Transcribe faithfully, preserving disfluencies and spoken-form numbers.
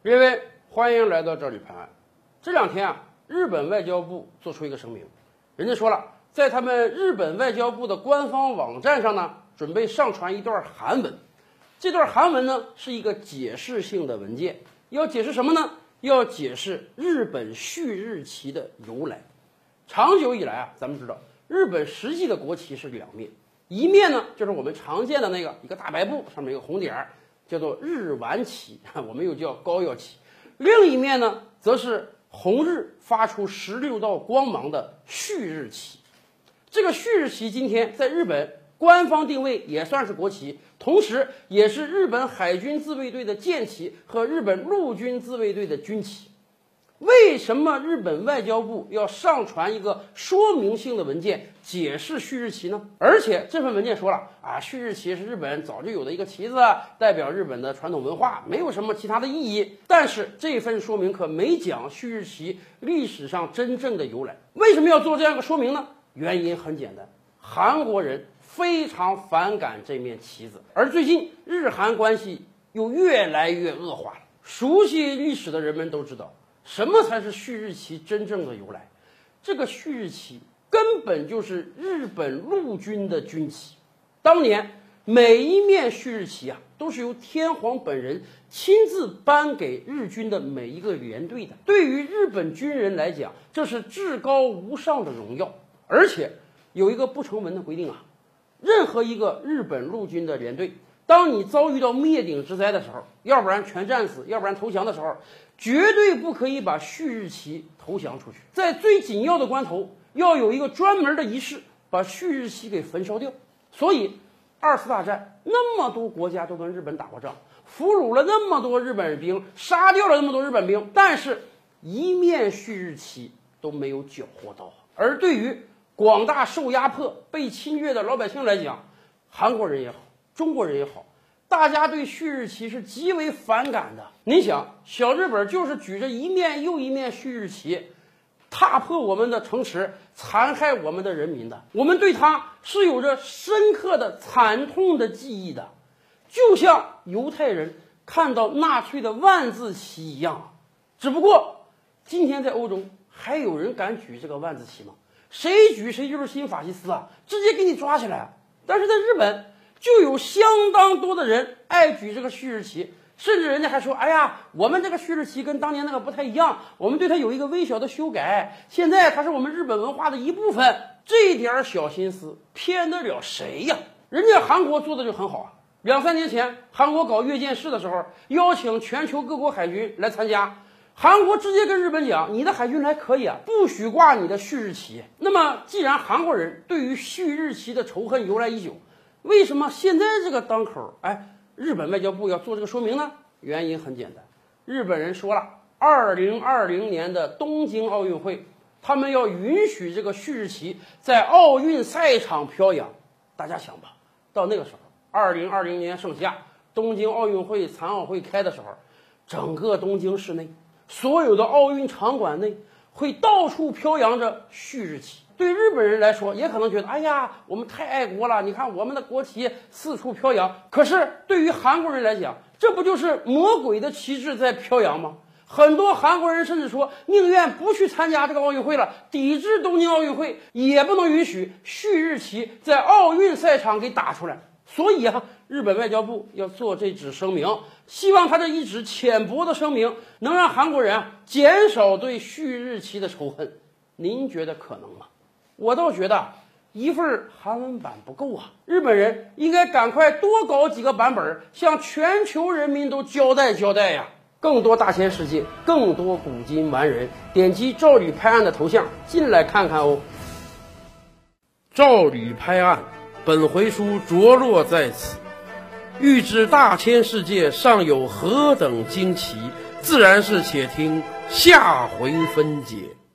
各位，欢迎来到这里盘案。这两天啊，日本外交部做出一个声明，人家说了，在他们日本外交部的官方网站上呢，准备上传一段韩文。这段韩文呢是一个解释性的文件，要解释什么呢？要解释日本旭日旗的由来。长久以来啊，咱们知道日本实际的国旗是两面，一面呢就是我们常见的那个一个大白布，上面有个红点儿，叫做日丸旗，我们又叫高耀旗；另一面呢，则是红日发出十六道光芒的旭日旗。这个旭日旗今天在日本官方定位也算是国旗，同时也是日本海军自卫队的舰旗和日本陆军自卫队的军旗。为什么日本外交部要上传一个说明性的文件解释旭日旗呢？而且这份文件说了啊，旭日旗是日本早就有的一个旗子，代表日本的传统文化，没有什么其他的意义。但是这份说明可没讲旭日旗历史上真正的由来。为什么要做这样一个说明呢？原因很简单，韩国人非常反感这面旗子，而最近日韩关系又越来越恶化了。熟悉历史的人们都知道，什么才是旭日旗真正的由来？这个旭日旗根本就是日本陆军的军旗。当年每一面旭日旗啊，都是由天皇本人亲自颁给日军的每一个连队的。对于日本军人来讲，这是至高无上的荣耀。而且有一个不成文的规定啊，任何一个日本陆军的连队，当你遭遇到灭顶之灾的时候，要不然全战死，要不然投降的时候，绝对不可以把旭日旗投降出去。在最紧要的关头，要有一个专门的仪式，把旭日旗给焚烧掉。所以二次大战那么多国家都跟日本打过仗，俘虏了那么多日本兵，杀掉了那么多日本兵，但是一面旭日旗都没有缴获到。而对于广大受压迫、被侵略的老百姓来讲，韩国人也好，中国人也好，大家对旭日旗是极为反感的。你想，小日本就是举着一面又一面旭日旗，踏破我们的城池，残害我们的人民的，我们对他是有着深刻的惨痛的记忆的，就像犹太人看到纳粹的万字旗一样。只不过今天在欧洲还有人敢举这个万字旗吗？谁举谁就是新法西斯啊，直接给你抓起来。但是在日本就有相当多的人爱举这个旭日旗，甚至人家还说，哎呀，我们这个旭日旗跟当年那个不太一样，我们对它有一个微小的修改，现在它是我们日本文化的一部分。这点小心思骗得了谁呀？人家韩国做的就很好啊。两三年前韩国搞阅舰式的时候，邀请全球各国海军来参加，韩国直接跟日本讲，你的海军来可以啊，不许挂你的旭日旗。那么既然韩国人对于旭日旗的仇恨由来已久，为什么现在这个当口，哎，日本外交部要做这个说明呢？原因很简单，日本人说了，二零二零年的东京奥运会，他们要允许这个旭日旗在奥运赛场飘扬。大家想吧，到那个时候，二零二零年盛夏，东京奥运会残奥会开的时候，整个东京市内所有的奥运场馆内会到处飘扬着旭日旗。对日本人来说，也可能觉得，哎呀，我们太爱国了，你看我们的国旗四处飘扬。可是对于韩国人来讲，这不就是魔鬼的旗帜在飘扬吗？很多韩国人甚至说，宁愿不去参加这个奥运会了，抵制东京奥运会，也不能允许旭日旗在奥运赛场给打出来。所以啊，日本外交部要做这纸声明，希望他这一纸浅薄的声明能让韩国人啊减少对旭日旗的仇恨。您觉得可能吗？我倒觉得一份韩文版不够啊，日本人应该赶快多搞几个版本，向全球人民都交代交代呀。更多大千世界，更多古今完人，点击赵吕拍案的头像进来看看哦。赵吕拍案，本回书着落在此。欲知大千世界尚有何等惊奇，自然是且听下回分解。